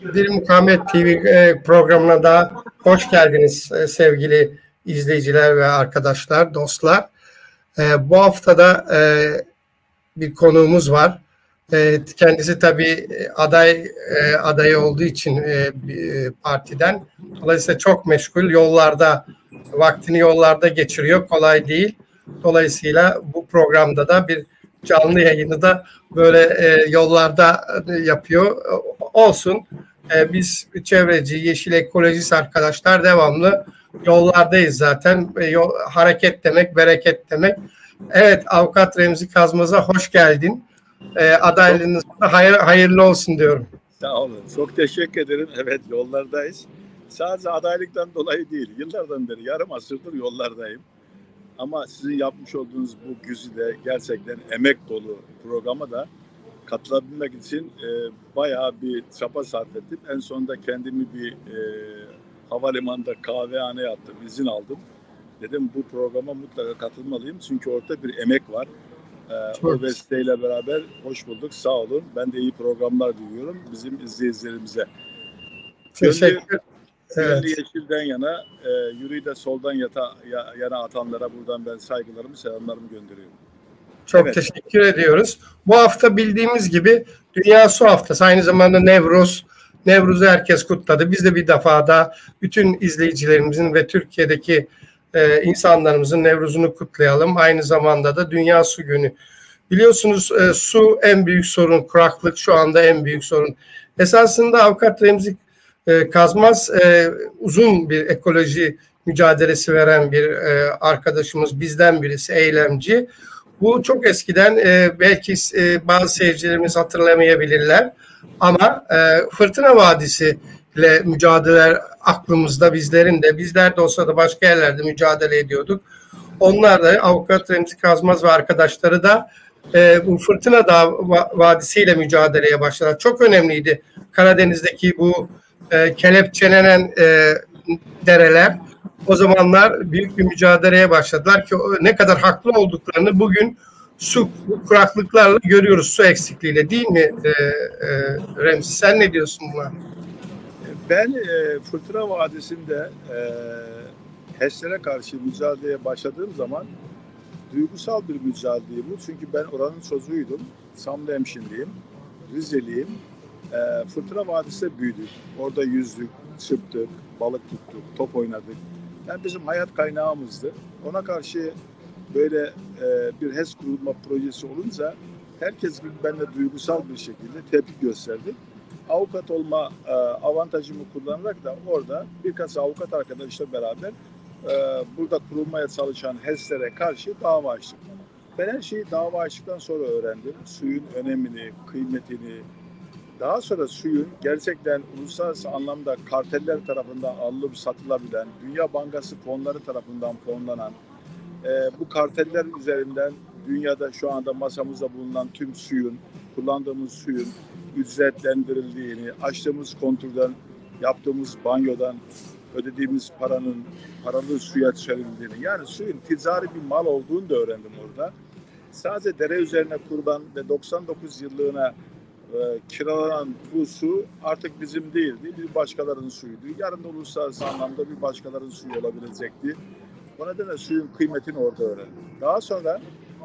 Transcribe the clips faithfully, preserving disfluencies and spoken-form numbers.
Bir Mukavemet T V programına da hoş geldiniz sevgili izleyiciler ve arkadaşlar, dostlar. Bu haftada bir konuğumuz var. Kendisi tabii aday adayı olduğu için partiden. Dolayısıyla çok meşgul, yollarda, vaktini yollarda geçiriyor. Kolay değil. Dolayısıyla bu programda da bir canlı yayını da böyle yollarda yapıyor. Olsun. Biz çevreci, yeşil ekolojist arkadaşlar devamlı yollardayız zaten. Yol, hareket demek, bereket demek. Evet, Avukat Remzi Kazmaz'a hoş geldin. E, adaylığınız hayır, hayırlı olsun diyorum. Sağ olun. Çok teşekkür ederim. Evet, yollardayız. Sadece adaylıktan dolayı değil. Yıllardan beri, yarım asırdır yollardayım. Ama sizin yapmış olduğunuz bu güzide gerçekten emek dolu programa da katılabilmek için e, bayağı bir çaba sarf ettim. En sonunda kendimi bir e, havalimanında kahvehaneye attım, izin aldım. Dedim bu programa mutlaka katılmalıyım çünkü orada bir emek var. E, o vesileyle beraber hoş bulduk, sağ olun. Ben de iyi programlar diliyorum bizim izleyicilerimize. Teşekkür Gönlü evet. Yeşilden yana, e, yüreği de soldan yata, ya, yana atanlara buradan ben saygılarımı, selamlarımı gönderiyorum. Çok evet. Teşekkür ediyoruz. Bu hafta bildiğimiz gibi Dünya Su Haftası, aynı zamanda Nevruz. Nevruz'u herkes kutladı. Biz de bir defa da bütün izleyicilerimizin ve Türkiye'deki e, insanlarımızın Nevruz'unu kutlayalım. Aynı zamanda da Dünya Su Günü. Biliyorsunuz e, su en büyük sorun, kuraklık şu anda en büyük sorun. Esasında Avukat Remzi e, Kazmaz e, uzun bir ekoloji mücadelesi veren bir e, arkadaşımız, bizden birisi, eylemci. Bu çok eskiden e, belki e, bazı seyircilerimiz hatırlamayabilirler ama e, Fırtına Vadisi ile mücadele aklımızda, bizlerin de, bizler de olsa da başka yerlerde mücadele ediyorduk. Onlar da Avukat Remzi Kazmaz ve arkadaşları da e, bu Fırtına Dağ Vadisi ile mücadeleye başladılar. Çok önemliydi Karadeniz'deki bu e, kelepçelenen e, dereler. O zamanlar büyük bir mücadeleye başladılar ki ne kadar haklı olduklarını bugün su kuraklıklarla görüyoruz, su eksikliğiyle, değil mi e, e, Remzi? Sen ne diyorsun buna? Ben e, Fırtına Vadisi'nde e, HES'lere karşı mücadeleye başladığım zaman duygusal bir mücadele bu. Çünkü ben oranın çocuğuydum. Samlı hemşinliyim, Rizeliyim. E, Fırtına Vadisi'de büyüdük. Orada yüzdük, çıktık, balık tuttuk, top oynadık. Yani bizim hayat kaynağımızdı. Ona karşı böyle e, bir HES kurulma projesi olunca herkes gibi ben de duygusal bir şekilde tepki gösterdi. Avukat olma e, avantajımı kullanarak da orada birkaç avukat arkadaşla beraber e, burada kurulmaya çalışan HES'lere karşı dava açtık. Ben her şeyi dava açtıktan sonra öğrendim. Suyun önemini, kıymetini, daha sonra suyun gerçekten uluslararası anlamda karteller tarafından alınıp satılabilen, Dünya Bankası fonları tarafından fonlanan, e, bu karteller üzerinden dünyada şu anda masamızda bulunan tüm suyun, kullandığımız suyun ücretlendirildiğini, açtığımız konturdan, yaptığımız banyodan ödediğimiz paranın paralı suya çevrildiğini, yani suyun ticari bir mal olduğunu da öğrendim orada. Sadece dere üzerine kurulan ve doksan dokuz yıllığına e, kiralanan bu su artık bizim değildi, bir başkalarının suyuydu. Yarın da uluslararası anlamda bir başkalarının suyu olabilecekti. O nedenle suyun kıymetini orada öğrendim. Daha sonra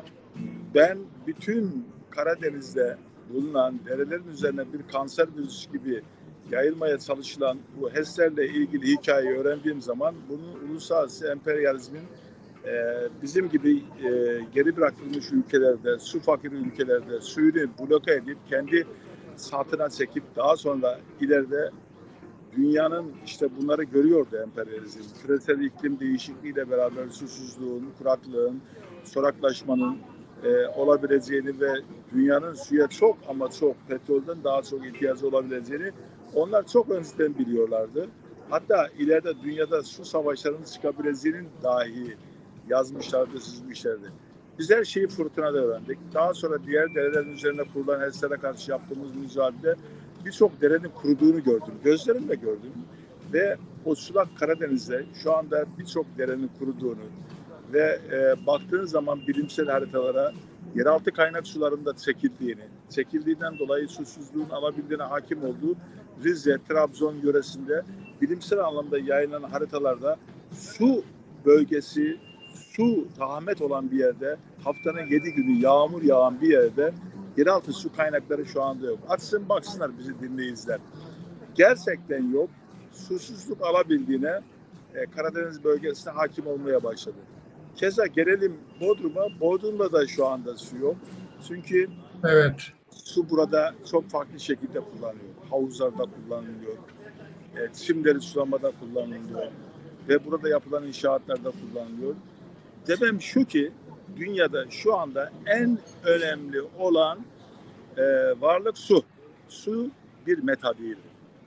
ben bütün Karadeniz'de bulunan derelerin üzerine bir kanser virüsü gibi yayılmaya çalışılan bu HES'lerle ilgili hikayeyi öğrendiğim zaman bunun uluslararası emperyalizmin e, bizim gibi e, geri bırakılmış ülkelerde, su fakiri ülkelerde suyunu bloke edip kendi saatine çekip daha sonra ileride dünyanın işte bunları görüyordu emperyalizm. Küresel iklim değişikliğiyle beraber susuzluğun, kuraklığın, çoraklaşmanın e, olabileceğini ve dünyanın suya çok ama çok petrolden daha çok ihtiyacı olabileceğini onlar çok önceden biliyorlardı. Hatta ileride dünyada su savaşlarının çıkabileceğinin dahi yazmışlardı, çizmişlerdi. Biz her şeyi fırtınada öğrendik. Daha sonra diğer derelerin üzerine kurulan HES'lere karşı yaptığımız mücadelede birçok derenin kuruduğunu gördüm. Gözlerimle gördüm. Ve o sulak Karadeniz'de şu anda birçok derenin kuruduğunu ve e, baktığın zaman bilimsel haritalara yeraltı kaynak sularında çekildiğini, çekildiğinden dolayı susuzluğun alabildiğine hakim olduğu Rize, Trabzon yöresinde bilimsel anlamda yayınlanan haritalarda su bölgesi, su rahmet olan bir yerde, haftanın yedi günü yağmur yağan bir yerde yeraltı su kaynakları şu anda yok. Açsın baksınlar bizi dinleyiciler. Gerçekten yok. Susuzluk alabildiğine e, Karadeniz bölgesine hakim olmaya başladı. Keza gelelim Bodrum'a. Bodrum'da da şu anda su yok. Çünkü evet. su burada çok farklı şekilde kullanılıyor. Havuzlarda kullanılıyor. E, çimleri sulamada kullanılıyor. Ve burada yapılan inşaatlarda kullanılıyor. Demem şu ki dünyada şu anda en önemli olan e, varlık su. Su bir meta değildir.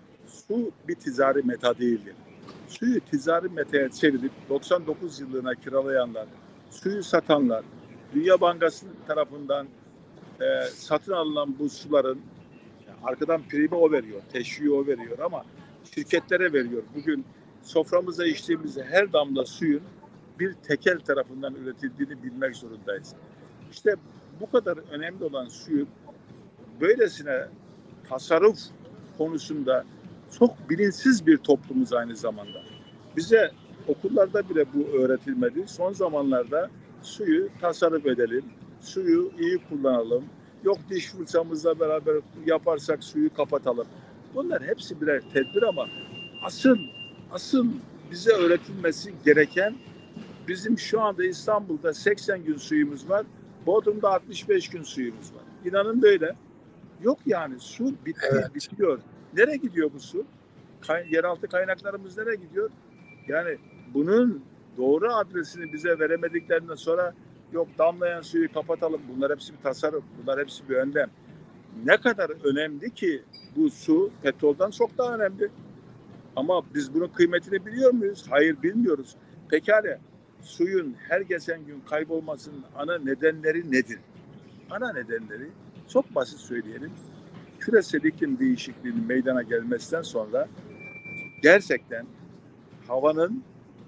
Su bir ticari meta değildir. Suyu ticari metaya çevirip doksan dokuz yıllığına kiralayanlar, suyu satanlar, Dünya Bankası tarafından e, satın alınan bu suların yani arkadan primi o veriyor, teşviği o veriyor ama şirketlere veriyor. Bugün soframıza içtiğimizde her damla suyun bir tekel tarafından üretildiğini bilmek zorundayız. İşte bu kadar önemli olan suyu böylesine tasarruf konusunda çok bilinçsiz bir toplumuz aynı zamanda. Bize okullarda bile bu öğretilmedi. Son zamanlarda suyu tasarruf edelim, suyu iyi kullanalım, yok diş fırçamızla beraber yaparsak suyu kapatalım. Bunlar hepsi birer tedbir ama asıl asıl bize öğretilmesi gereken bizim şu anda İstanbul'da seksen gün suyumuz var, Bodrum'da altmış beş gün suyumuz var. İnanın böyle. Yok yani su bitti, Evet. bitiyor. Nereye gidiyor bu su? Kay- yeraltı kaynaklarımız nereye gidiyor? Yani bunun doğru adresini bize veremediklerinden sonra yok damlayan suyu kapatalım. Bunlar hepsi bir tasarruf, bunlar hepsi bir önlem. Ne kadar önemli ki bu su petrolden çok daha önemli. Ama biz bunun kıymetini biliyor muyuz? Hayır bilmiyoruz. Pekala suyun her geçen gün kaybolmasının ana nedenleri nedir? Ana nedenleri çok basit söyleyelim. Küresel iklim değişikliğinin meydana gelmesinden sonra gerçekten havanın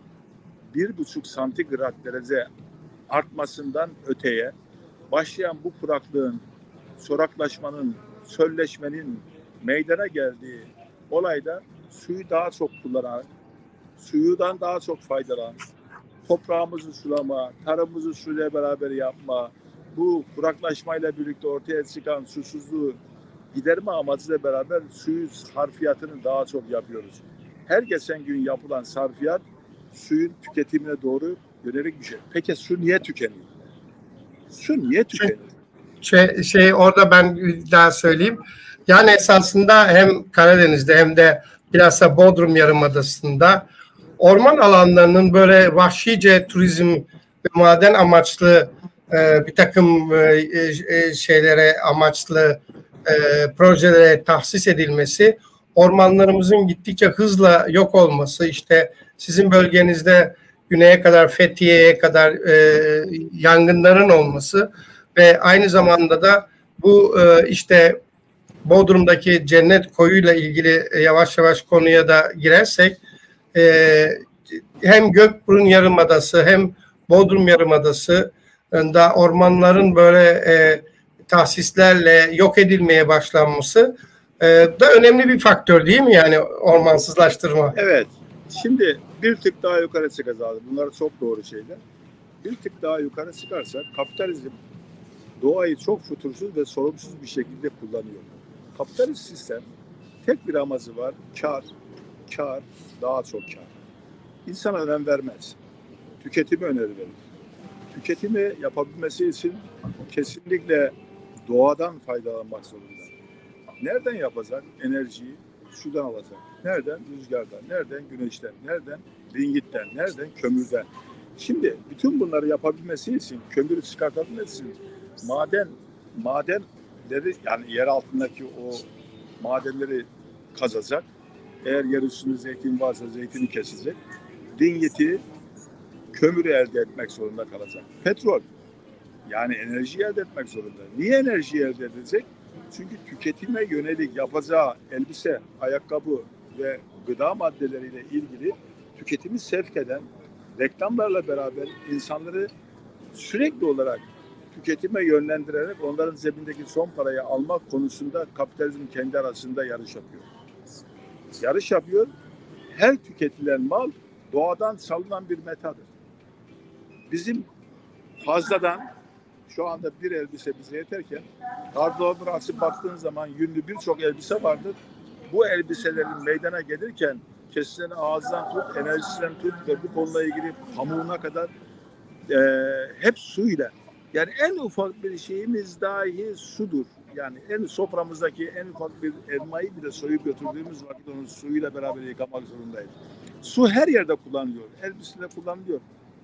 bir buçuk santigrat derece artmasından öteye başlayan bu kuraklığın, çoraklaşmanın, çölleşmenin meydana geldiği olayda suyu daha çok kullanan, suyudan daha çok faydalanan, toprağımızı sulama, tarımımızı suyla beraber yapma, bu kuraklaşmayla birlikte ortaya çıkan susuzluğu giderme amacıyla beraber suyu sarfiyatını daha çok yapıyoruz. Her geçen gün yapılan sarfiyat suyun tüketimine doğru yönelik bir şey. Peki su niye tükeniyor? Su niye tükeniyor? Şey, şey orada ben bir daha söyleyeyim. Yani esasında hem Karadeniz'de hem de bilhassa Bodrum Yarımadası'nda orman alanlarının böyle vahşice turizm ve maden amaçlı e, bir takım e, e, şeylere amaçlı e, projelere tahsis edilmesi, ormanlarımızın gittikçe hızla yok olması, işte sizin bölgenizde güneye kadar Fethiye'ye kadar e, yangınların olması ve aynı zamanda da bu e, işte Bodrum'daki Cennet Koyu'yla ilgili yavaş yavaş konuya da girersek e, hem Gökburun Yarımadası hem Bodrum Yarımadası da ormanların böyle e, tahsislerle yok edilmeye başlanması e, da önemli bir faktör değil mi yani ormansızlaştırma? Evet. Şimdi bir tık daha yukarı çıkacağız abi. Bunlar çok doğru şeyler. Bir tık daha yukarı çıkarsak kapitalizm doğayı çok fütursuz ve sorumsuz bir şekilde kullanıyor. Kapitalist sistem tek bir amacı var. Kar, kar, daha çok kar. İnsana önem vermez. Tüketimi öneri verir. Tüketimi yapabilmesi için kesinlikle doğadan faydalanmak zorunda. Nereden yapacak? Enerjiyi sudan alacak. Nereden? Rüzgardan. Nereden? Güneşten. Nereden? Lignitten. Nereden? Kömürden. Şimdi bütün bunları yapabilmesi için, kömürü çıkartabilmesi için maden, madenleri yani yer altındaki o madenleri kazacak. Eğer yer üstünde zeytin varsa zeytini kesecek. Ligniti, kömürü elde etmek zorunda kalacak. Petrol, yani enerji elde etmek zorunda. Niye enerji elde edecek? Çünkü tüketime yönelik yapacağı elbise, ayakkabı ve gıda maddeleriyle ilgili tüketimi sevk eden reklamlarla beraber insanları sürekli olarak tüketime yönlendirerek onların cebindeki son parayı almak konusunda kapitalizm kendi arasında yarış yapıyor. Yarış yapıyor. Her tüketilen mal doğadan çalınan bir metadır. Bizim fazladan şu anda bir elbise bize yeterken gardırobunu açıp baktığın zaman yünlü birçok elbise vardır. Bu elbiselerin meydana gelirken kesilen ağızdan tut, enerjisinden tut ve bu konuyla ilgili pamuğuna kadar e, hep suyla. Yani en ufak bir şeyimiz dahi sudur. Yani en soframızdaki en ufak bir elmayı bile soyup götürdüğümüz vakit onun suyuyla beraber yıkamak zorundayız. Su her yerde kullanılıyor. Elbisede kullanılıyor.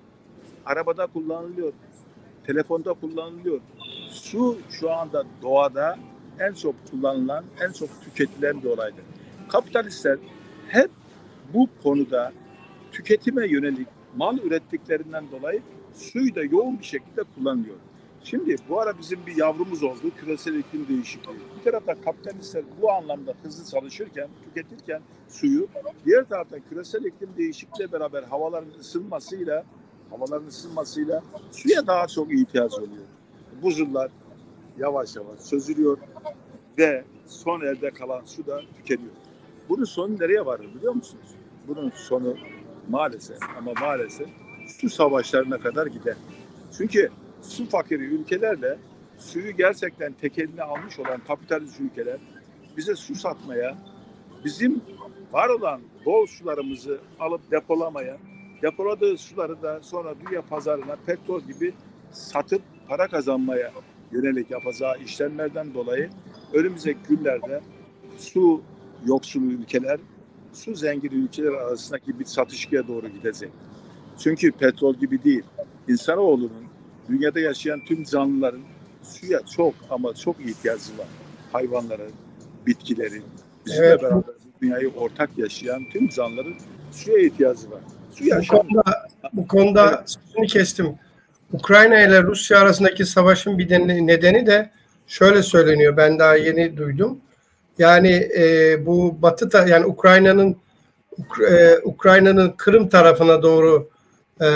Arabada kullanılıyor. Telefonda kullanılıyor. Su şu anda doğada en çok kullanılan, en çok tüketilen bir olaydır. Kapitalistler hep bu konuda tüketime yönelik mal ürettiklerinden dolayı suyu da yoğun bir şekilde kullanılıyor. Şimdi bu ara bizim bir yavrumuz oldu, küresel iklim değişikliği. Bir tarafta kapitalistler bu anlamda hızlı çalışırken, tüketirken suyu, diğer tarafta küresel iklim değişikliğiyle beraber havaların ısınmasıyla, havaların ısınmasıyla suya daha çok ihtiyaç oluyor. Buzullar yavaş yavaş çözülüyor ve son elde kalan su da tükeniyor. Bunun sonu nereye varır biliyor musunuz? Bunun sonu maalesef ama maalesef su savaşlarına kadar gider. Çünkü su fakiri ülkelerle suyu gerçekten tek eline almış olan kapitalist ülkeler bize su satmaya, bizim var olan bol sularımızı alıp depolamaya, depoladığı suları da sonra dünya pazarına petrol gibi satıp para kazanmaya yönelik yapacağı işlemlerden dolayı önümüzdeki günlerde su yoksulu ülkeler, su zengin ülkeler arasındaki bir satışmaya doğru gidecek. Çünkü petrol gibi değil, insanoğlunun, dünyada yaşayan tüm canlıların suya çok ama çok ihtiyacı var. Hayvanların, bitkilerin, bizimle evet. beraber bu dünyayı ortak yaşayan tüm canlıların suya ihtiyacı var. Su yaşamı. Bu konuda, bu konuda evet. sözünü kestim. Ukrayna ile Rusya arasındaki savaşın bir nedeni de şöyle söyleniyor. Ben daha yeni duydum. Yani e, bu Batı ta, yani Ukrayna'nın e, Ukrayna'nın Kırım tarafına doğru e,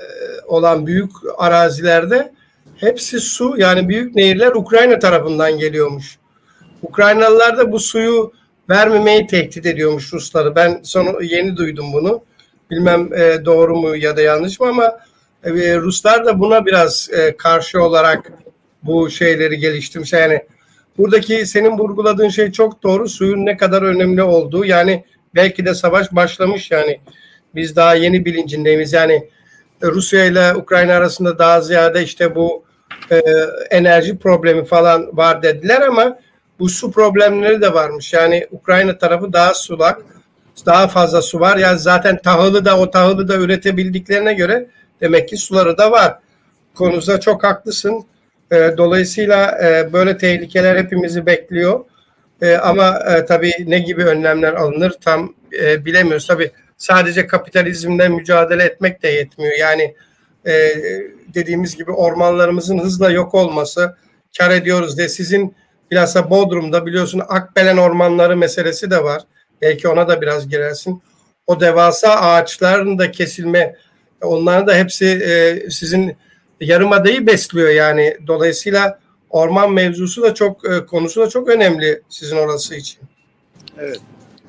olan büyük arazilerde hepsi su, yani büyük nehirler Ukrayna tarafından geliyormuş. Ukraynalılar da bu suyu vermemeyi tehdit ediyormuş Rusları. Ben son yeni duydum bunu. Bilmem e, doğru mu ya da yanlış mı ama e, Ruslar da buna biraz e, karşı olarak bu şeyleri geliştirmiş. Yani buradaki senin vurguladığın şey çok doğru. Suyun ne kadar önemli olduğu, yani belki de savaş başlamış, yani biz daha yeni bilincindeyiz. Yani Rusya ile Ukrayna arasında daha ziyade işte bu e, enerji problemi falan var dediler ama bu su problemleri de varmış. Yani Ukrayna tarafı daha sulak, daha fazla su var. Yani zaten tahılı da o tahılı da üretebildiklerine göre demek ki suları da var. Konusunda çok haklısın. E, dolayısıyla e, böyle tehlikeler hepimizi bekliyor. E, ama e, tabii ne gibi önlemler alınır tam e, bilemiyoruz. Tabii sadece kapitalizmle mücadele etmek de yetmiyor. Yani e, dediğimiz gibi ormanlarımızın hızla yok olması, kar ediyoruz diye. Sizin bilhassa Bodrum'da biliyorsun Akbelen ormanları meselesi de var. Belki ona da biraz girersin. O devasa ağaçların da kesilme, onların da hepsi e, sizin yarımadayı besliyor yani. Dolayısıyla orman mevzusu da çok e, konusu da çok önemli sizin orası için. Evet.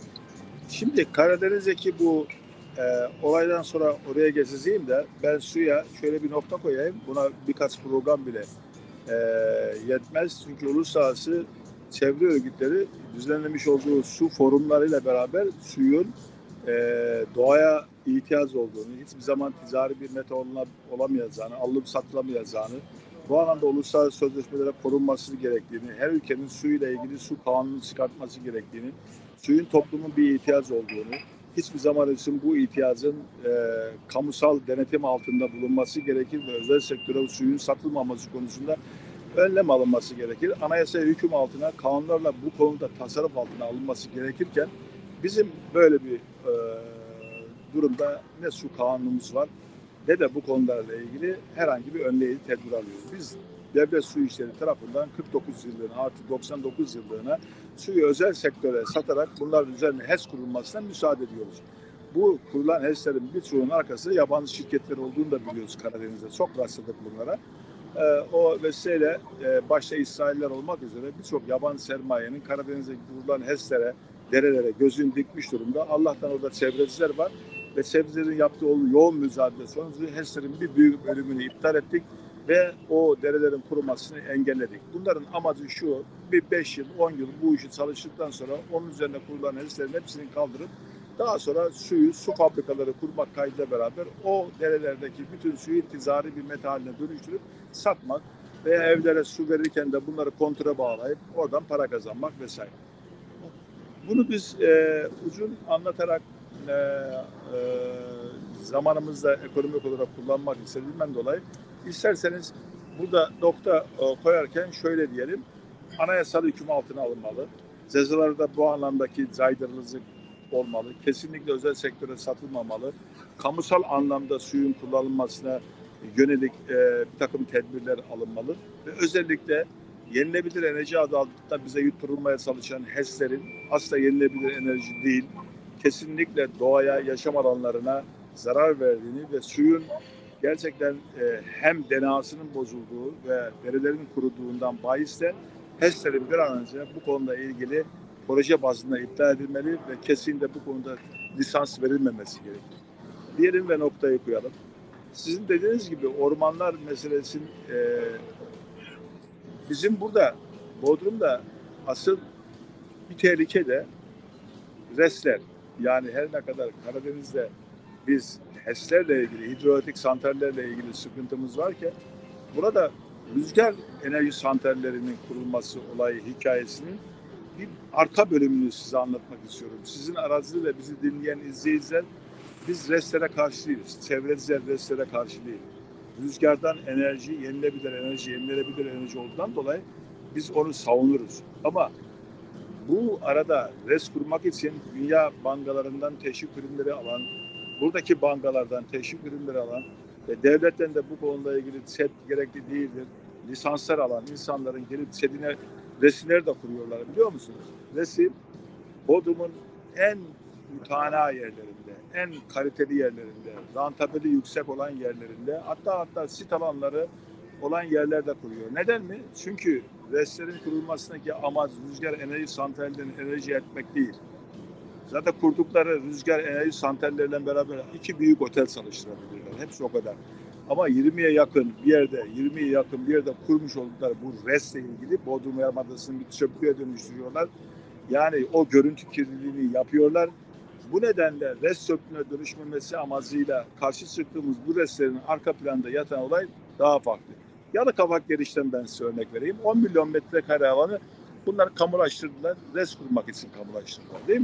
Şimdi Karadeniz'deki bu e, olaydan sonra oraya gezeceğim de ben suya şöyle bir nokta koyayım. Buna birkaç program bile e, yetmez. Çünkü uluslararası çevre örgütleri düzenlemiş olduğu su forumlarıyla beraber suyun e, doğaya ihtiyaç olduğunu, hiçbir zaman ticari bir meta olamayacağını, alınıp satılamayacağını, bu alanda uluslararası sözleşmelere korunması gerektiğini, her ülkenin suyla ilgili su kanunu çıkartması gerektiğini, suyun toplumun bir ihtiyacı olduğunu, hiçbir zaman için bu ihtiyacın e, kamusal denetim altında bulunması gerekir ve özel sektöre suyun satılmaması konusunda önlem alınması gerekir. Anayasaya hüküm altına, kanunlarla bu konuda tasarruf altına alınması gerekirken bizim böyle bir e, durumda ne su kanunumuz var ne de bu konularla ilgili herhangi bir önleyici tedbir alıyoruz. Biz devlet su işleri tarafından kırk dokuz yıllığına artı doksan dokuz yıllığına suyu özel sektöre satarak bunların üzerine H E S kurulmasına müsaade ediyoruz. Bu kurulan H E S'lerin birçoğunun arkası yabancı şirketler olduğunu da biliyoruz Karadeniz'de. Çok rastladık bunlara. e, o vesileyle e, başta İsrailler olmak üzere birçok yabancı sermayenin Karadeniz'e kurulan HES'lere, derelere gözünü dikmiş durumda. Allah'tan orada çevreciler var ve çevrecilerin yaptığı o yoğun mücadele sonucu HES'lerin bir büyük bölümünü iptal ettik ve o derelerin kurumasını engelledik. Bunların amacı şu, bir beş yıl, on yıl bu işi çalıştıktan sonra onun üzerine kurulan HES'lerin hepsini kaldırıp daha sonra suyu, su fabrikaları kurmak kaydıyla beraber o derelerdeki bütün suyu ticari bir meta haline dönüştürüp satmak veya evlere su verirken de bunları kontura bağlayıp oradan para kazanmak vesaire. Bunu biz e, uzun anlatarak e, e, zamanımızda ekonomik olarak kullanmak istediğimden dolayı isterseniz burada nokta e, koyarken şöyle diyelim, anayasal hüküm altına alınmalı. Cezalarda bu anlamdaki caydırıcılık olmalı. Kesinlikle özel sektöre satılmamalı. Kamusal anlamda suyun kullanılmasına yönelik e, bir takım tedbirler alınmalı. Ve özellikle yenilebilir enerji adı altında bize yutturulmaya çalışan HES'lerin asla yenilebilir enerji değil, kesinlikle doğaya, yaşam alanlarına zarar verdiğini ve suyun gerçekten e, hem D N A'sının bozulduğu ve verilerin kuruduğundan bahis de HES'lerin bir an önce bu konuda ilgili proje bazında iptal edilmeli ve kesinlikle bu konuda lisans verilmemesi gerekir. Diyelim ve noktayı koyalım. Sizin dediğiniz gibi ormanlar meselesinin e, bizim burada Bodrum'da asıl bir tehlike de RES'ler. Yani her ne kadar Karadeniz'de biz HES'lerle ilgili, hidroelektrik santrallerle ilgili sıkıntımız varken burada rüzgar enerji santrallerinin kurulması olayı hikayesinin bir arka bölümünü size anlatmak istiyorum. Sizin arazide ve bizi dinleyen izleyiciler, biz RES'lere karşı değiliz. Çevreciler RES'lere karşı değil. Rüzgardan enerji, yenilebilir enerji, yenilebilir enerji olduğundan dolayı biz onu savunuruz. Ama bu arada RES kurmak için dünya bankalarından teşvik ürünleri alan, buradaki bankalardan teşvik ürünleri alan ve devletten de bu konuyla ilgili ÇED gerekli değildir, lisanslar alan insanların gelip ÇED'ine RES'leri de kuruyorlar, biliyor musunuz? RES'i Bodrum'un en mütana yerlerinde, en kaliteli yerlerinde, rantabeli yüksek olan yerlerinde, hatta hatta sit alanları olan yerlerde kuruyor. Neden mi? Çünkü RES'lerin kurulmasındaki amaç rüzgar enerji santrallerinin enerji etmek değil. Zaten kurdukları rüzgar enerji santralleriyle beraber iki büyük otel çalıştırabilirler. Hepsi o kadar. Ama yirmiye yakın bir yerde, yirmiye yakın bir yerde kurmuş oldukları bu RES'le ilgili Bodrum Yarımadası'nı bir çöplüğe dönüştürüyorlar. Yani o görüntü kirliliğini yapıyorlar. Bu nedenle RES çöplüğüne dönüşmemesi amacıyla karşı çıktığımız bu RES'lerin arka planda yatan olay daha farklı. Yalıkavak Geriş'ten ben size örnek vereyim. on milyon metrekare alanı bunlar kamulaştırdılar. RES kurmak için kamulaştırdılar, değil mi?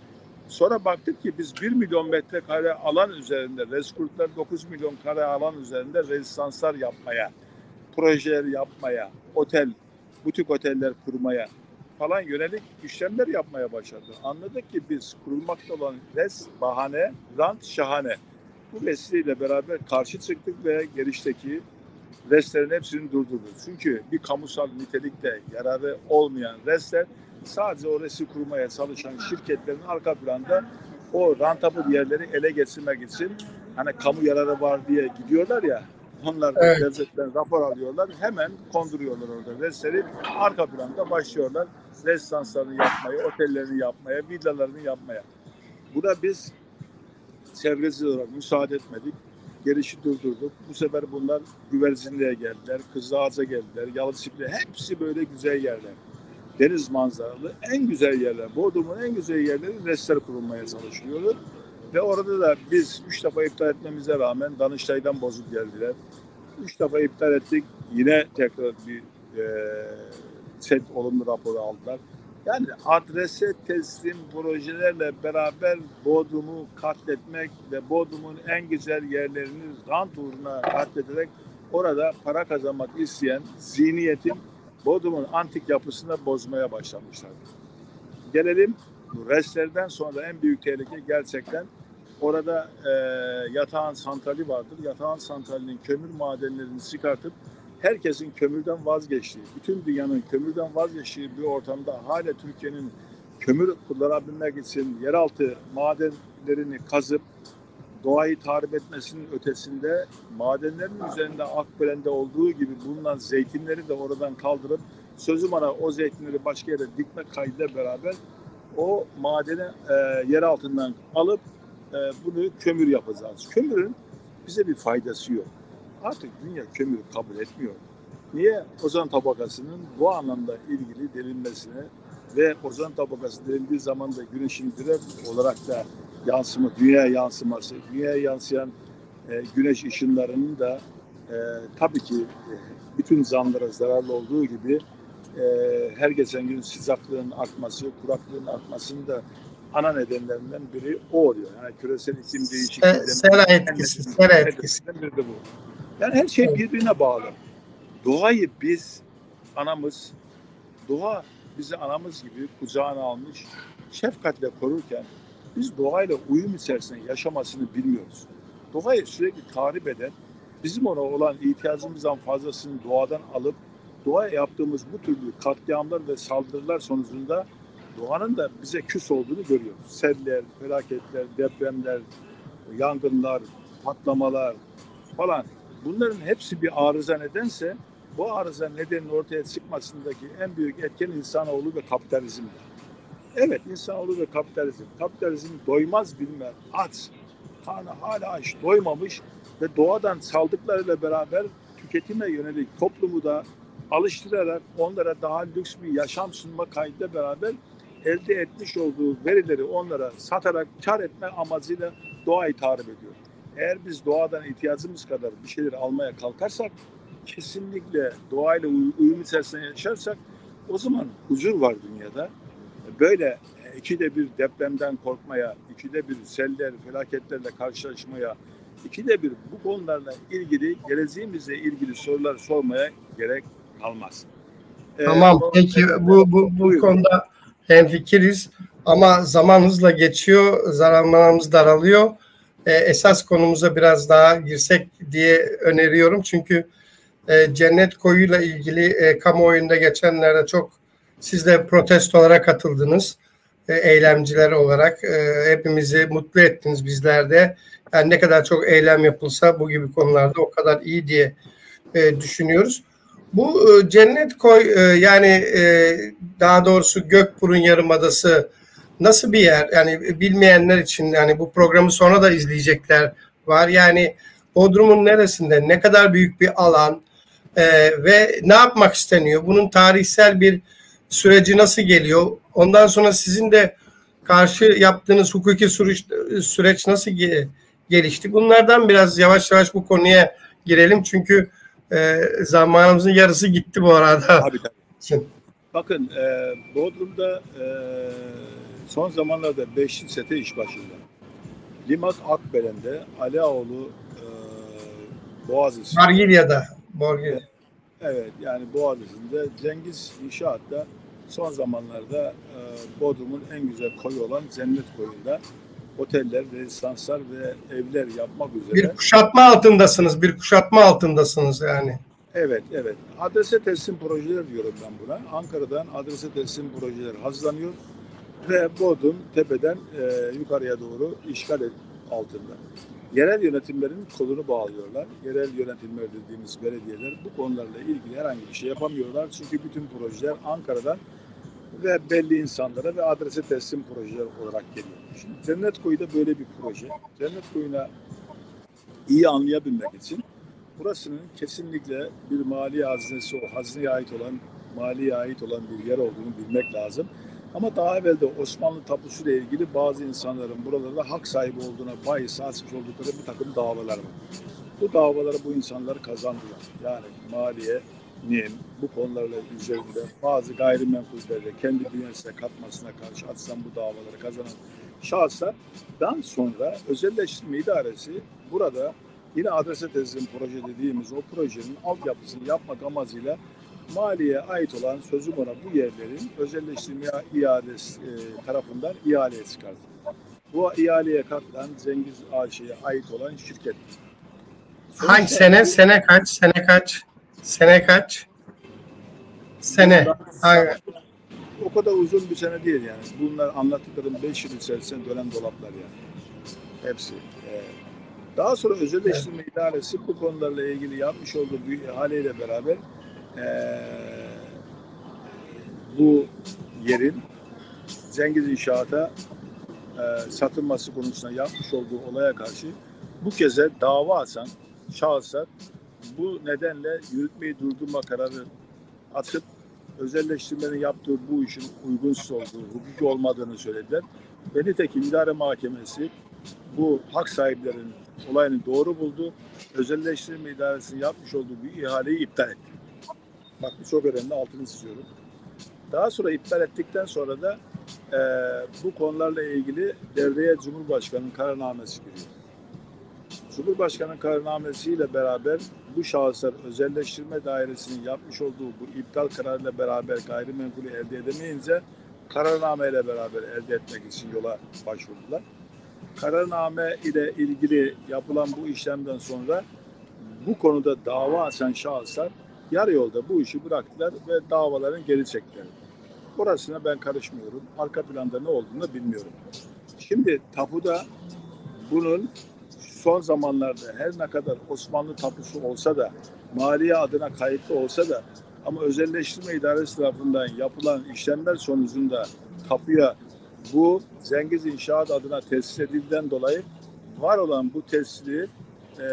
Sonra baktık ki biz bir milyon metrekare alan üzerinde RES kurdular, dokuz milyon kare alan üzerinde rezidanslar yapmaya, projeler yapmaya, otel, butik oteller kurmaya falan yönelik işlemler yapmaya başladı. Anladık ki biz kurulmakta olan RES bahane, rant şahane. Bu vesileyle beraber karşı çıktık ve Geriş'teki RES'lerin hepsini durdurduk. Çünkü bir kamusal nitelikte yararı olmayan RES'ler sadece o RES'i kurmaya çalışan şirketlerin arka planda o rentable yerleri ele geçirmek için hani kamu yararı var diye gidiyorlar ya, onlar da evet. Devletten rapor alıyorlar, hemen konduruyorlar orada RES'leri, arka planda başlıyorlar rezidanslarını yapmaya, otellerini yapmaya, villalarını yapmaya. Buna biz çevreci olarak müsaade etmedik. Gerişi durdurduk. Bu sefer bunlar Güvercinli'ye geldiler, Kızılağaç'a geldiler, Yalıçıklı'ya, hepsi böyle güzel yerler. Deniz manzaralı en güzel yerler. Bodrum'un en güzel yerleri RES'ler kurulmaya çalışıyordu. Ve orada da biz üç defa iptal etmemize rağmen Danıştay'dan bozup geldiler. Üç defa iptal ettik. Yine tekrar bir e, ÇED olumlu raporu aldılar. Yani adrese teslim projelerle beraber Bodrum'u katletmek ve Bodrum'un en güzel yerlerini rant uğruna katlederek orada para kazanmak isteyen zihniyetin Bodrum'un antik yapısını bozmaya başlamışlar. Gelelim RES'lerden sonra en büyük tehlike gerçekten orada e, yatağan santrali vardır. Yatağan santralinin kömür madenlerini çıkartıp herkesin kömürden vazgeçtiği, bütün dünyanın kömürden vazgeçtiği bir ortamda hala Türkiye'nin kömür kullanabilmek için yeraltı madenlerini kazıp doğayı tahrip etmesinin ötesinde madenlerin üzerinde Akbelen'de olduğu gibi bulunan zeytinleri de oradan kaldırıp sözüm ona o zeytinleri başka yere dikme kaydıyla beraber o madeni e, yer altından alıp e, bunu kömür yapacağız. Kömürün bize bir faydası yok. Artık dünya kömürü kabul etmiyor. Niye? Ozon tabakasının bu anlamda ilgili delinmesine ve ozon tabakası delindiği zaman da güneşin direkt olarak da yansıma, dünyaya yansıması, dünyaya yansıyan e, güneş ışınlarının da e, tabii ki e, bütün canlılara zararlı olduğu gibi e, her geçen gün sıcaklığın artması, kuraklığın artmasının da ana nedenlerinden biri o oluyor. Yani küresel iklim değişikliği. Sera etkisi, sera etkisi. Biri de bu. Yani her şey birbirine bağlı. Doğayı biz, anamız, doğa bizi anamız gibi kucağına almış, şefkatle korurken biz doğayla uyum içerisinde yaşamasını bilmiyoruz. Doğayı sürekli tahrip eden, bizim ona olan ihtiyacımızdan fazlasını doğadan alıp doğaya yaptığımız bu türlü katliamlar ve saldırılar sonucunda doğanın da bize küs olduğunu görüyoruz. Seller, felaketler, depremler, yangınlar, patlamalar falan. Bunların hepsi bir arıza nedense bu arıza nedenin ortaya çıkmasındaki en büyük etken insanoğlu ve kapitalizmdir. Evet, insanoğlu ve kapitalizm. Kapitalizm doymaz bilme, aç, karnı hala aç, doymamış ve doğadan çaldıklarıyla beraber tüketime yönelik toplumu da alıştırarak onlara daha lüks bir yaşam sunma kaydıyla beraber elde etmiş olduğu verileri onlara satarak kar etme amacıyla doğayı tahrip ediyor. Eğer biz doğadan ihtiyacımız kadar bir şeyler almaya kalkarsak, kesinlikle doğayla uyum içerisinde yaşarsak o zaman huzur var dünyada. Böyle ikide bir depremden korkmaya, ikide bir seller, felaketlerle karşılaşmaya, ikide bir bu konularla ilgili, geleceğimizle ilgili sorular sormaya gerek kalmaz. Tamam, ee, peki bu, bu, bu konuda hemfikiriz ama zaman hızla geçiyor, zamanımız daralıyor. Ee, esas konumuza biraz daha girsek diye öneriyorum. Çünkü e, Cennet Koyu'yla ilgili e, kamuoyunda geçenlerde çok siz de protestolara katıldınız. E, eylemciler olarak e, hepimizi mutlu ettiniz bizler de. Yani ne kadar çok eylem yapılsa bu gibi konularda o kadar iyi diye e, düşünüyoruz. Bu e, Cennet Koy e, yani e, daha doğrusu Gökburun Yarımadası nasıl bir yer? Yani bilmeyenler için yani bu programı sonra da izleyecekler var. Yani Bodrum'un neresinde? Ne kadar büyük bir alan e, ve ne yapmak isteniyor? Bunun tarihsel bir süreci nasıl geliyor? Ondan sonra sizin de karşı yaptığınız hukuki süreç, süreç nasıl gelişti? Bunlardan biraz yavaş yavaş bu konuya girelim. Çünkü e, zamanımızın yarısı gitti bu arada. Tabii tabii. Bakın e, Bodrum'da e, son zamanlarda beşli sete iş başında. Limak Akbelen'de, Ali Ağoğlu e, Boğaziçi. Bargilya'da. Bargilya. Evet, yani Boğaziçi'nde Cengiz İnşaat'ta son zamanlarda e, Bodrum'un en güzel koyu olan Cennet Koyu'nda oteller, rezidanslar ve evler yapmak üzere. Bir kuşatma altındasınız, bir kuşatma altındasınız yani. Evet, evet. Adrese teslim projeler diyorum ben buna. Ankara'dan adrese teslim projeler hazırlanıyor ve Bodrum tepeden e, yukarıya doğru işgal altında. Yerel yönetimlerin kolunu bağlıyorlar. Yerel yönetimler dediğimiz belediyeler bu konularla ilgili herhangi bir şey yapamıyorlar. Çünkü bütün projeler Ankara'dan ve belli insanlara ve adrese teslim projeler olarak geliyor. Şimdi Cennet Koyu da böyle bir proje. Cennet Koyu'na iyi anlayabilmek için burasının kesinlikle bir mali hazinesi, o hazineye ait olan, maliye ait olan bir yer olduğunu bilmek lazım. Ama daha evvel de Osmanlı tapusu ile ilgili bazı insanların buralarda hak sahibi olduğuna bahis açmış oldukları bir takım davalar var. Bu davaları bu insanlar kazandılar. Yani maliye, nim, bu konularla üzerinde bazı gayrimenkulleri kendi bünyesine katmasına karşı açılan bu davaları kazanan şahıslardan sonra özelleştirme idaresi burada yine adrese teslim proje dediğimiz o projenin altyapısını yapmak amacıyla maliye ait olan sözüm ona bu yerlerin özelleştirme iadesi e, tarafından ihaleye çıkardı. Bu ihaleye katılan Cengiz A Ş'ye ait olan şirket. Sonuçta hangi sene? Bu, sene kaç? Sene kaç? Sene kaç? Sene. Hangi? O kadar uzun bir sene değil yani. Bunlar anlattıklarım beş yıl içerisinde dönen dolaplar yani. Hepsi. E, Daha sonra özelleştirme idaresi bu konularla ilgili yapmış olduğu bir ihaleyle beraber ee, bu yerin Cengiz İnşaat'a e, satılması konusunda yapmış olduğu olaya karşı bu kez de dava açan şahıslar bu nedenle yürütmeyi durdurma kararı atıp özelleştirmenin yaptığı bu işin uygunsuz olduğu, hukuki olmadığını söylediler. Ve nitekim idare mahkemesi bu hak sahiplerinin olayını doğru buldu. Özelleştirme idaresinin yapmış olduğu bir ihaleyi iptal etti. Bak bu çok önemli, altını çiziyorum. Daha sonra iptal ettikten sonra da e, bu konularla ilgili devreye Cumhurbaşkanı'nın kararnamesi giriyor. Cumhurbaşkanı'nın kararnamesiyle beraber bu şahıslar özelleştirme dairesinin yapmış olduğu bu iptal kararıyla beraber gayrimenkulü elde edemeyince kararnameyle beraber elde etmek için yola başvurdular. Kararname ile ilgili yapılan bu işlemden sonra bu konuda dava açan şahıslar yarı yolda bu işi bıraktılar ve davaların geri çektiler. Orasına ben karışmıyorum. Arka planda ne olduğunu da bilmiyorum. Şimdi tapuda bunun son zamanlarda her ne kadar Osmanlı tapusu olsa da, maliye adına kayıtlı olsa da ama özelleştirme idaresi tarafından yapılan işlemler sonucunda tapuya bu Cengiz İnşaat adına tesis edildiğinden dolayı var olan bu tesisi e,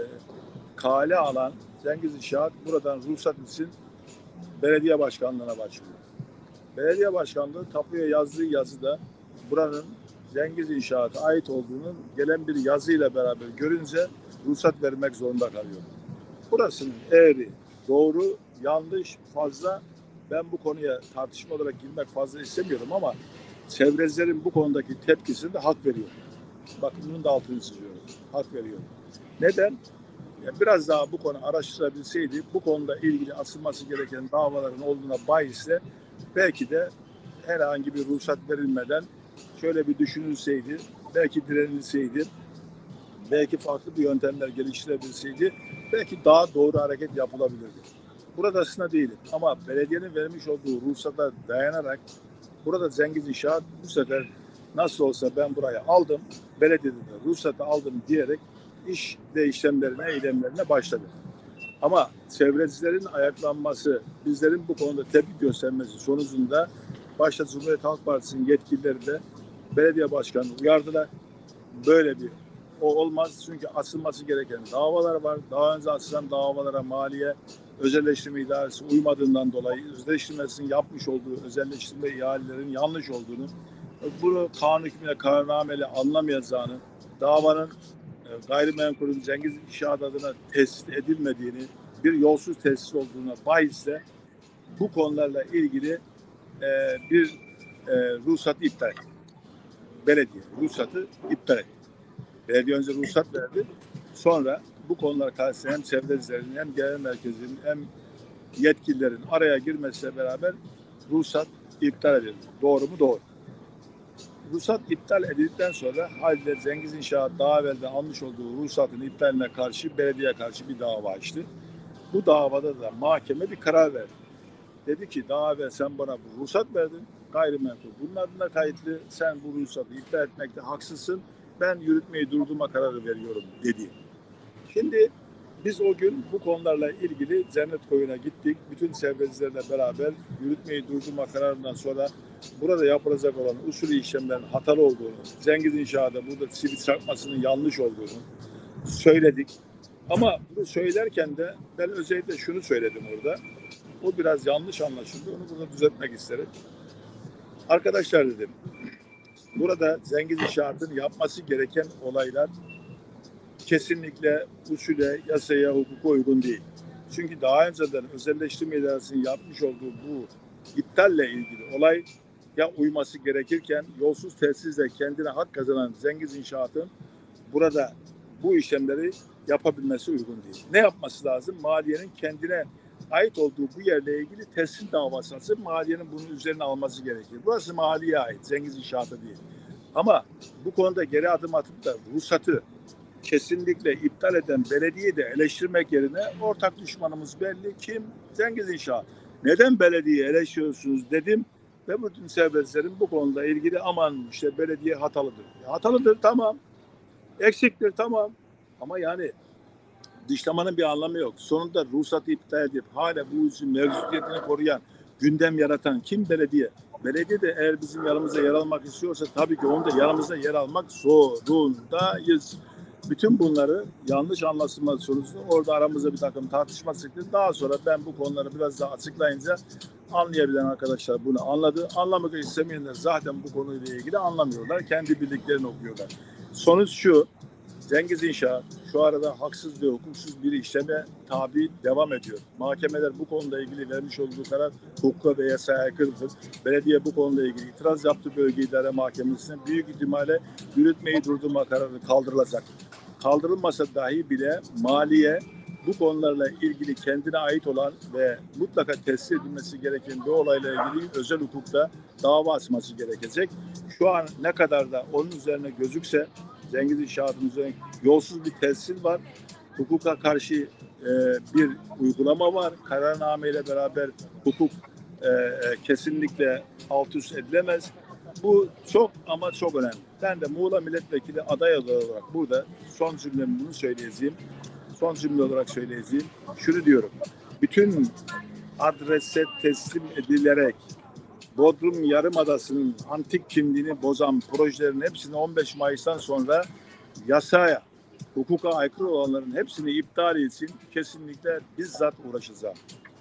kale alan Cengiz İnşaat buradan ruhsat için belediye başkanlığına başvuruyor. Belediye başkanlığı tapuya yazdığı yazıda buranın Cengiz İnşaat'a ait olduğunun gelen bir yazıyla beraber görünce ruhsat vermek zorunda kalıyor. Burasının eğri, doğru, yanlış, fazla, ben bu konuya tartışma olarak girmek fazla istemiyorum ama çevrecilerin bu konudaki tepkisini de hak veriyor. Bakın bunun da altını çiziyorum. Hak veriyor. Neden? Yani biraz daha bu konu araştırabilseydi, bu konuda ilgili asılması gereken davaların olduğuna bahisle belki de herhangi bir ruhsat verilmeden şöyle bir düşünülseydi, belki direnilseydi, belki farklı bir yöntemler geliştirebilseydi, belki daha doğru hareket yapılabilirdi. Burada aslında değilim ama belediyenin vermiş olduğu ruhsata dayanarak burada Cengiz İnşaat bu sefer nasıl olsa ben burayı aldım, belediyede de ruhsatı aldım diyerek iş ve işlemlerine, eylemlerine başladı. Ama çevrecilerin ayaklanması, bizlerin bu konuda tepki göstermesi sonucunda başta Cumhuriyet Halk Partisi'nin yetkilileri de belediye başkanı uyardılar. Böyle bir o olmaz çünkü asılması gereken davalar var. Daha önce açılan davalara maliye özelleştirme idaresi uymadığından dolayı özelleştirmesinin yapmış olduğu özelleştirme ihalelerin yanlış olduğunu, bunu kanun hükmüyle kararnameyle anlamayacağını, davanın gayrimenkulün Cengiz İnşaat adına tesis edilmediğini, bir yolsuz tesis olduğuna bahisle bu konularla ilgili e, bir e, ruhsatı iptal etti. Belediye ruhsatı iptal etti. Belediye önce ruhsat verdi. Sonra bu konular karşısında hem çevrecilerin hem genel merkezinin hem yetkililerin araya girmesiyle beraber ruhsat iptal edildi. Doğru mu? Doğru. Ruhsat iptal edildikten sonra haliyle Cengiz İnşaat daha evvelden almış olduğu ruhsatın iptaline karşı belediyeye karşı bir dava açtı. Bu davada da mahkeme bir karar verdi. Dedi ki daha evvel sen bana bu ruhsat verdin, gayrimenkul bunun adına kayıtlı, sen bu ruhsatı iptal etmekte haksızsın, ben yürütmeyi durdurma kararı veriyorum dedi. Şimdi biz o gün bu konularla ilgili Cennet Koyu'na gittik. Bütün çevrecilerle beraber yürütmeyi durdurma kararından sonra burada yapılacak olan usulü işlemlerin hatalı olduğunu, Cengiz İnşaat'a burada sivil çarpmasının yanlış olduğunu söyledik. Ama bunu söylerken de ben özellikle şunu söyledim orada. O biraz yanlış anlaşıldı. Onu burada düzeltmek isterim. Arkadaşlar dedim, burada Cengiz İnşaat'ın yapması gereken olaylar kesinlikle usule, yasaya, hukuka uygun değil. Çünkü daha önceden özelleştirme idaresinin yapmış olduğu bu iptalle ilgili olay ya uyması gerekirken yolsuz tesisle kendine hak kazanan Cengiz İnşaat'ın burada bu işlemleri yapabilmesi uygun değil. Ne yapması lazım? Maliyenin kendine ait olduğu bu yerle ilgili teslim davası açıp maliyenin bunun üzerine alması gerekir. Burası maliyeye ait, Cengiz İnşaat'a değil. Ama bu konuda geri adım atıp da ruhsatı kesinlikle iptal eden belediyeyi de eleştirmek yerine ortak düşmanımız belli. Kim? Cengiz İnşaat. Neden belediyeyi eleştiriyorsunuz dedim ve bütün çevrecilerin bu konuda ilgili aman işte belediye hatalıdır. Ya, hatalıdır tamam. Eksiktir tamam. Ama yani dışlamanın bir anlamı yok. Sonunda ruhsatı iptal edip hala bu işin mevcudiyetini koruyan, gündem yaratan kim? Belediye. Belediye de eğer bizim yanımıza yer almak istiyorsa tabii ki onu da yanımızda yer almak zorundayız. Bütün bunları yanlış anlaşılma sonucu orada aramızda bir takım tartışma çıktı. Daha sonra ben bu konuları biraz daha açıklayınca anlayabilen arkadaşlar bunu anladı. Anlamak istemeyenler zaten bu konuyla ilgili anlamıyorlar. Kendi bildiklerini okuyorlar. Sonuç şu: Cengiz İnşaat şu arada haksız ve hukuksuz bir işleme tabi devam ediyor. Mahkemeler bu konuyla ilgili vermiş olduğu karar hukuka ve yasaya aykırıdır. Belediye bu konuyla ilgili itiraz yaptı Bölge İdare Mahkemesi'ne. Büyük ihtimalle yürütmeyi durdurma kararı kaldırılacak. Kaldırılmasa dahi bile maliye bu konularla ilgili kendine ait olan ve mutlaka teslim edilmesi gereken bir olayla ilgili özel hukukta dava açması gerekecek. Şu an ne kadar da onun üzerine gözükse Cengiz İnşaat'ın üzerine yolsuz bir teslim var. Hukuka karşı e, bir uygulama var. Kararnameyle beraber hukuk e, kesinlikle alt üst edilemez. Bu çok ama çok önemli. Ben de Muğla Milletvekili aday olarak burada son cümlemi bunu söyleyeceğim. Son cümle olarak söyleyeceğim. Şunu diyorum. Bütün adrese teslim edilerek Bodrum Yarımadası'nın antik kimliğini bozan projelerin hepsini on beş Mayıs'tan sonra yasaya, hukuka aykırı olanların hepsini iptal için kesinlikle bizzat uğraşacağım.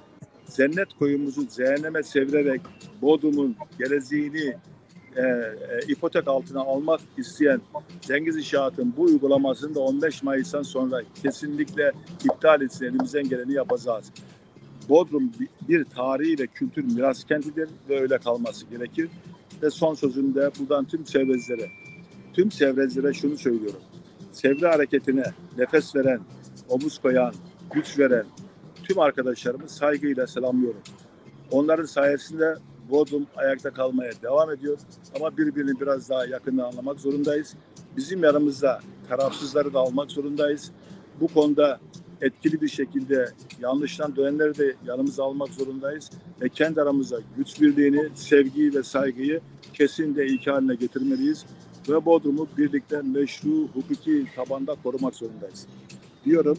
Cennet koyumuzu cehenneme çevirerek Bodrum'un geleceğini e, e, ipotek altına almak isteyen Cengiz İnşaat'ın bu uygulamasını da on beş Mayıs'tan sonra kesinlikle iptal için elimizden geleni yapacağız. Bodrum bir tarihi ve kültür miras kentidir ve öyle kalması gerekir. Ve son sözümde buradan tüm çevrecilere, tüm çevrecilere şunu söylüyorum. Çevre hareketine nefes veren, omuz koyan, güç veren tüm arkadaşlarımı saygıyla selamlıyorum. Onların sayesinde Bodrum ayakta kalmaya devam ediyor. Ama birbirini biraz daha yakından anlamak zorundayız. Bizim yanımızda tarafsızları da almak zorundayız. Bu konuda etkili bir şekilde yanlıştan dönenleri de yanımıza almak zorundayız. Ve kendi aramızda güç birliğini, sevgiyi ve saygıyı kesinlikle ilke haline getirmeliyiz. Ve Bodrum'u birlikte meşru, hukuki tabanda korumak zorundayız diyorum.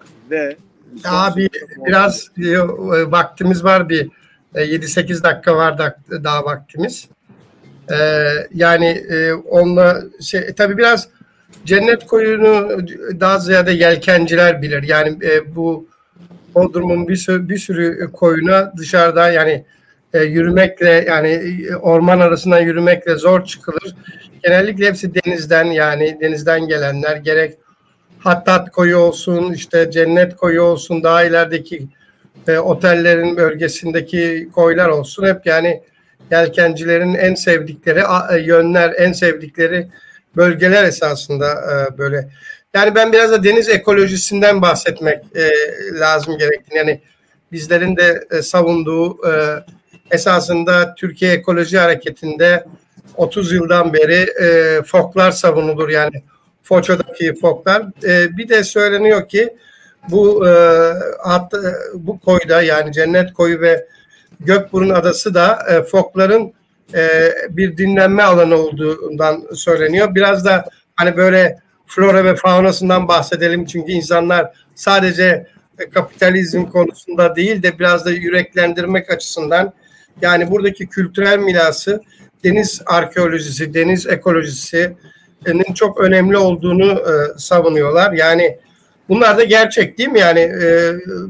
Ve abi biraz e, vaktimiz var, bir yedi sekiz dakika var da, daha vaktimiz. Ee, yani e, onunla şey, tabii biraz Cennet Koyu'nu daha ziyade yelkenciler bilir. Yani e, bu Bodrum'un bir sürü, bir sürü koyuna dışarıda yani e, yürümekle, yani e, orman arasından yürümekle zor çıkılır. Genellikle hepsi denizden, yani denizden gelenler, gerek Hattat Koyu olsun, işte Cennet Koyu olsun, daha ilerideki e, otellerin bölgesindeki koylar olsun, hep yani yelkencilerin en sevdikleri a, yönler, en sevdikleri bölgeler esasında e, böyle. Yani ben biraz da deniz ekolojisinden bahsetmek e, lazım gerektiğini. Yani bizlerin de e, savunduğu e, esasında Türkiye Ekoloji Hareketi'nde otuz yıldan beri e, foklar savunulur. Yani Foça'daki foklar. E, bir de söyleniyor ki bu e, hatta, bu koyda, yani Cennet Koyu ve Gökburun Adası da e, fokların e, bir dinlenme alanı olduğundan söyleniyor. Biraz da hani böyle flora ve faunasından bahsedelim, çünkü insanlar sadece kapitalizm konusunda değil de biraz da yüreklendirmek açısından, yani buradaki kültürel mirası, deniz arkeolojisi, deniz ekolojisinin çok önemli olduğunu e, savunuyorlar. Yani bunlar da gerçek değil mi? Yani e,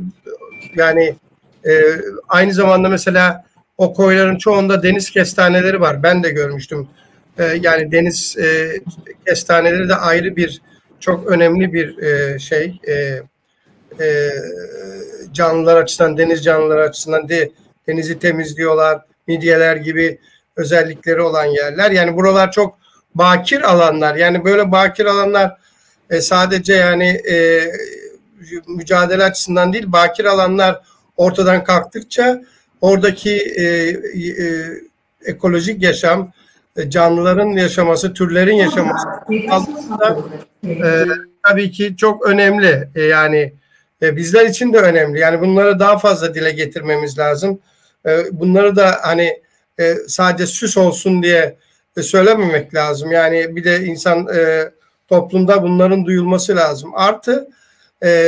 yani e, aynı zamanda mesela o koyların çoğunda deniz kestaneleri var. Ben de görmüştüm. E, yani deniz e, kestaneleri de ayrı bir, çok önemli bir e, şey. E, e, canlılar açısından, deniz canlıları açısından de, denizi temizliyorlar. Midyeler gibi özellikleri olan yerler. Yani buralar çok bakir alanlar. Yani böyle bakir alanlar e, sadece yani e, mücadele açısından değil, bakir alanlar ortadan kalktıkça oradaki e, e, ekolojik yaşam, e, canlıların yaşaması, türlerin yaşaması aslında e, tabii ki çok önemli. E, yani e, bizler için de önemli. Yani bunları daha fazla dile getirmemiz lazım. E, bunları da hani e, sadece süs olsun diye e, söylememek lazım. Yani bir de insan e, toplumda bunların duyulması lazım. Artı e,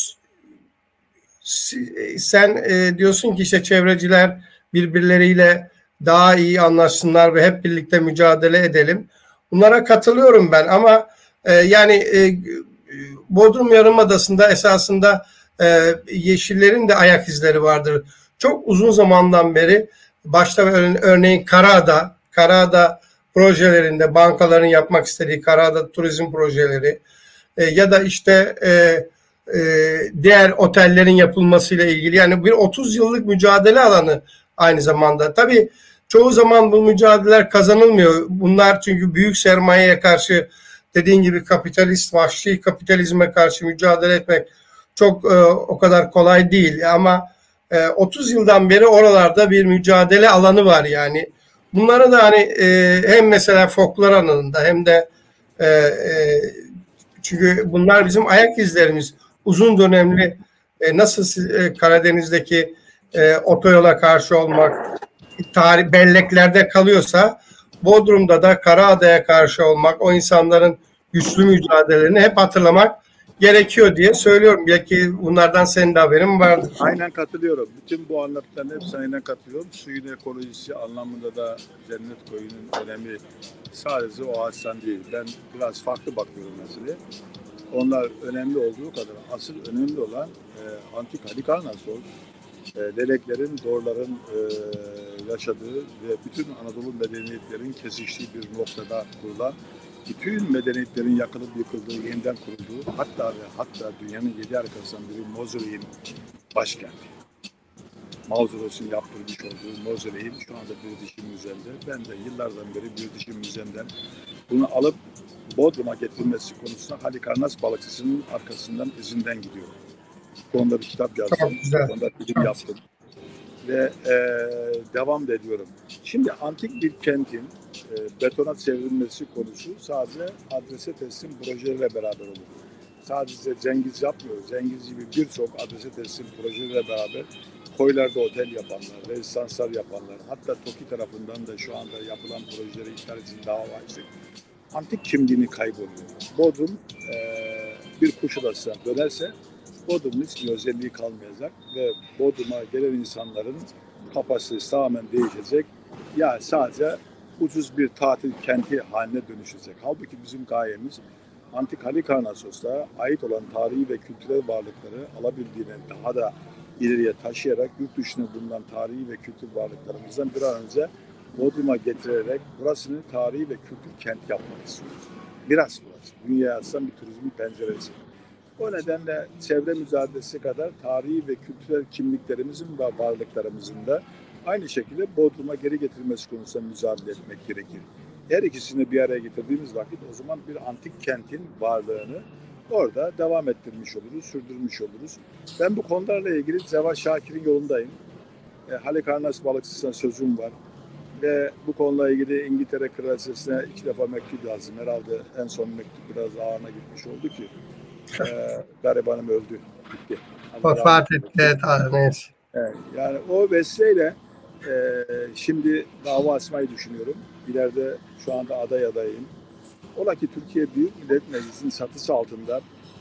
sen e, diyorsun ki işte çevreciler birbirleriyle daha iyi anlaşsınlar ve hep birlikte mücadele edelim. Bunlara katılıyorum ben ama e, yani e, Bodrum Yarımadası'nda esasında e, Yeşillerin de ayak izleri vardır. Çok uzun zamandan beri başta örneğin Karaada, Karaada projelerinde bankaların yapmak istediği Karaada turizm projeleri e, ya da işte e, e, diğer otellerin yapılmasıyla ilgili yani bir otuz yıllık mücadele alanı aynı zamanda. Tabii çoğu zaman bu mücadeleler kazanılmıyor. Bunlar çünkü büyük sermayeye karşı dediğin gibi kapitalist, vahşi kapitalizme karşı mücadele etmek çok e, o kadar kolay değil. Ama e, otuz yıldan beri oralarda bir mücadele alanı var yani. Bunları da hani e, hem mesela folklor alanında hem de e, e, çünkü bunlar bizim ayak izlerimiz. Uzun dönemli e, nasıl e, Karadeniz'deki e, otoyola karşı olmak, tarih belleklerde kalıyorsa Bodrum'da da Karaada'ya karşı olmak, o insanların güçlü mücadelelerini hep hatırlamak gerekiyor diye söylüyorum. Belki bunlardan senin de haberin vardır. Aynen katılıyorum. Bütün bu anlatıların hepsine aynen katılıyorum. Suyun ekolojisi anlamında da Cennet Koyu'nun önemi sadece o ağaçtan değil. Ben biraz farklı bakıyorum mesela. Onlar önemli olduğu kadar asıl önemli olan e, antik Halikarnassos, e, Leleklerin, Dorların e, yaşadığı ve bütün Anadolu medeniyetlerin kesiştiği bir noktada kurulan, bütün medeniyetlerin yakılıp yıkıldığı, yeniden kurulduğu, hatta ve hatta dünyanın yedi arkasından biri Mausoleum başkenti. Mausolos'un yaptırmış olduğu Mausoleum şu anda British'in müzemde. Ben de yıllardan beri British'in müzemden bunu alıp Bodrum'a getirilmesi konusunda Halikarnas balıkçısının arkasından izinden gidiyorum. Bu konuda bir kitap yazdım. Bu konuda film yaptım. Ve e, devam da ediyorum. Şimdi antik bir kentin e, betona çevrilmesi konusu sadece adrese teslim projelerle beraber olur. Sadece Cengiz yapmıyor. Cengiz gibi birçok adrese teslim projelerle beraber koylarda otel yapanlar, rezidanslar yapanlar, hatta TOKİ tarafından da şu anda yapılan projeleri iptal için dava açtık. Antik kimliğini kayboluyor. Bodrum e, bir Kuşadası'na dönerse Bodrum'un hiçbir özelliği kalmayacak ve Bodrum'a gelen insanların kapasitesi tamamen değişecek. Ya sadece ucuz bir tatil kenti haline dönüşecek. Halbuki bizim gayemiz antik Halikarnassos'ta ait olan tarihi ve kültürel varlıkları alabildiğine daha da ileriye taşıyarak yurt dışında bulunan tarihi ve kültür varlıklarımızdan bir an önce Bodrum'a getirerek burasını tarihi ve kültür kent yapmak istiyoruz. Biraz burası. Dünyaya açılan bir turizmin penceresi. O nedenle çevre mücadelesi kadar tarihi ve kültürel kimliklerimizin ve varlıklarımızın da aynı şekilde Bodrum'a geri getirilmesi konusunda mücadele etmek gerekir. Her ikisini bir araya getirdiğimiz vakit o zaman bir antik kentin varlığını orada devam ettirmiş oluruz, sürdürmüş oluruz. Ben bu konularla ilgili Cevat Şakir'in yolundayım. E, Halikarnas balıkçısına sözüm var. Ve bu konuyla ilgili İngiltere Kraliçesi'ne iki defa mektup yazdım. Herhalde en son mektup biraz ağırına gitmiş oldu ki. e, garibanım öldü, gitti. Vefat etti. Evet, yani o vesileyle e, şimdi dava açmayı düşünüyorum. İleride şu anda aday adayım. Ola ki Türkiye Büyük Millet Meclisi'nin çatısı altında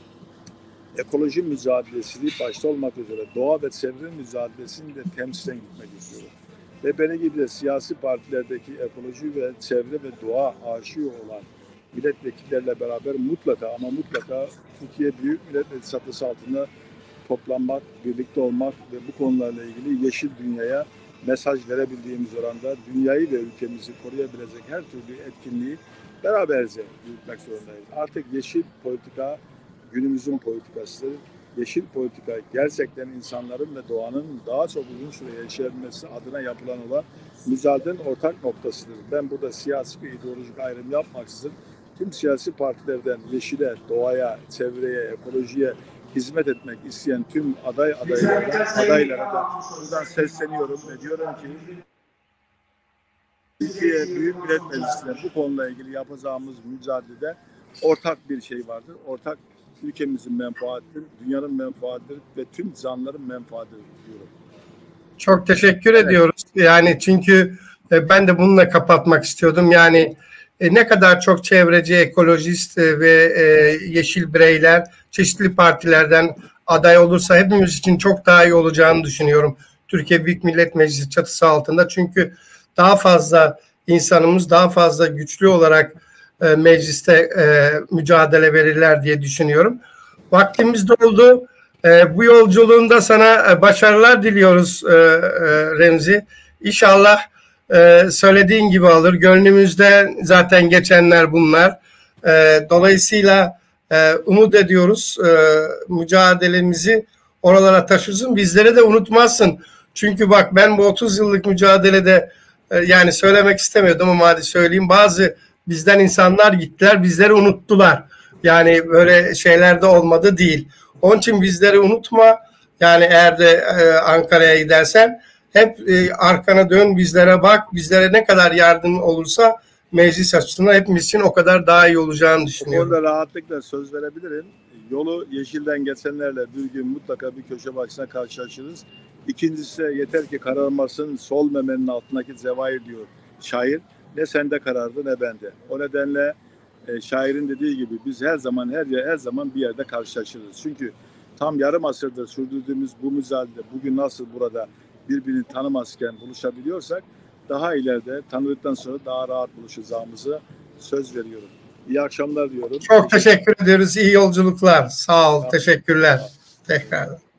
ekoloji mücadelesini başta olmak üzere doğa ve çevre mücadelesini de temsilen gitmek istiyorum. Ve benim gibi de siyasi partilerdeki ekoloji ve çevre ve doğa aşığı olan milletvekillerle beraber mutlaka ama mutlaka Türkiye Büyük Millet Meclisi çatısı altında toplanmak, birlikte olmak ve bu konularla ilgili yeşil dünyaya mesaj verebildiğimiz oranda dünyayı ve ülkemizi koruyabilecek her türlü etkinliği beraberce yürütmek zorundayız. Artık yeşil politika günümüzün politikasıdır. Yeşil politika gerçekten insanların ve doğanın daha çok uzun süre yaşayabilmesi adına yapılan olan mücadelenin ortak noktasıdır. Ben burada siyasi bir ideolojik ayrım yapmaksızın tüm siyasi partilerden yeşile, doğaya, çevreye, ekolojiye hizmet etmek isteyen tüm aday adaylara, adaylara da buradan sesleniyorum ve diyorum ki Türkiye Büyük Millet Meclisi'ne bu konuyla ilgili yapacağımız mücadelede ortak bir şey vardır. Ortak ülkemizin menfaatidir, dünyanın menfaatidir ve tüm canlıların menfaatidir diyorum. Çok teşekkür evet. ediyoruz. Yani çünkü ben de bununla kapatmak istiyordum. Yani e, ne kadar çok çevreci, ekolojist e, ve e, yeşil bireyler çeşitli partilerden aday olursa hepimiz için çok daha iyi olacağını düşünüyorum. Türkiye Büyük Millet Meclisi çatısı altında. Çünkü daha fazla insanımız daha fazla güçlü olarak e, mecliste e, mücadele verirler diye düşünüyorum. Vaktimiz doldu. E, bu yolculuğunda sana e, başarılar diliyoruz e, e, Remzi. İnşallah e, söylediğin gibi alır. Gönlümüzde zaten geçenler bunlar. E, dolayısıyla e, umut ediyoruz. E, mücadelemizi oralara taşırsın. Bizlere de unutmazsın. Çünkü bak ben bu otuz yıllık mücadelede e, yani söylemek istemiyordum ama hadi söyleyeyim. Bazı bizden insanlar gittiler. Bizleri unuttular. Yani böyle şeyler de olmadı değil. Onun için bizleri unutma. Yani eğer de e, Ankara'ya gidersen hep e, arkana dön, bizlere bak. Bizlere ne kadar yardım olursa meclis açısından hepimiz için o kadar daha iyi olacağını düşünüyorum. Orada rahatlıkla söz verebilirim. Yolu yeşilden geçenlerle bir gün mutlaka bir köşe başına karşılaşırız. İkincisi yeter ki kararmasın sol memenin altındaki zevahir diyor şair. Ne sende karardı ne bende. O nedenle e, şairin dediği gibi biz her zaman her yer her zaman bir yerde karşılaşırız. Çünkü tam yarım asırdır sürdürdüğümüz bu mücadelede bugün nasıl burada birbirini tanımazken buluşabiliyorsak daha ileride tanıdıktan sonra daha rahat buluşacağımızı söz veriyorum. İyi akşamlar diyorum. Çok teşekkür ediyoruz. İyi yolculuklar. Sağ ol. Teşekkürler. Tekrar.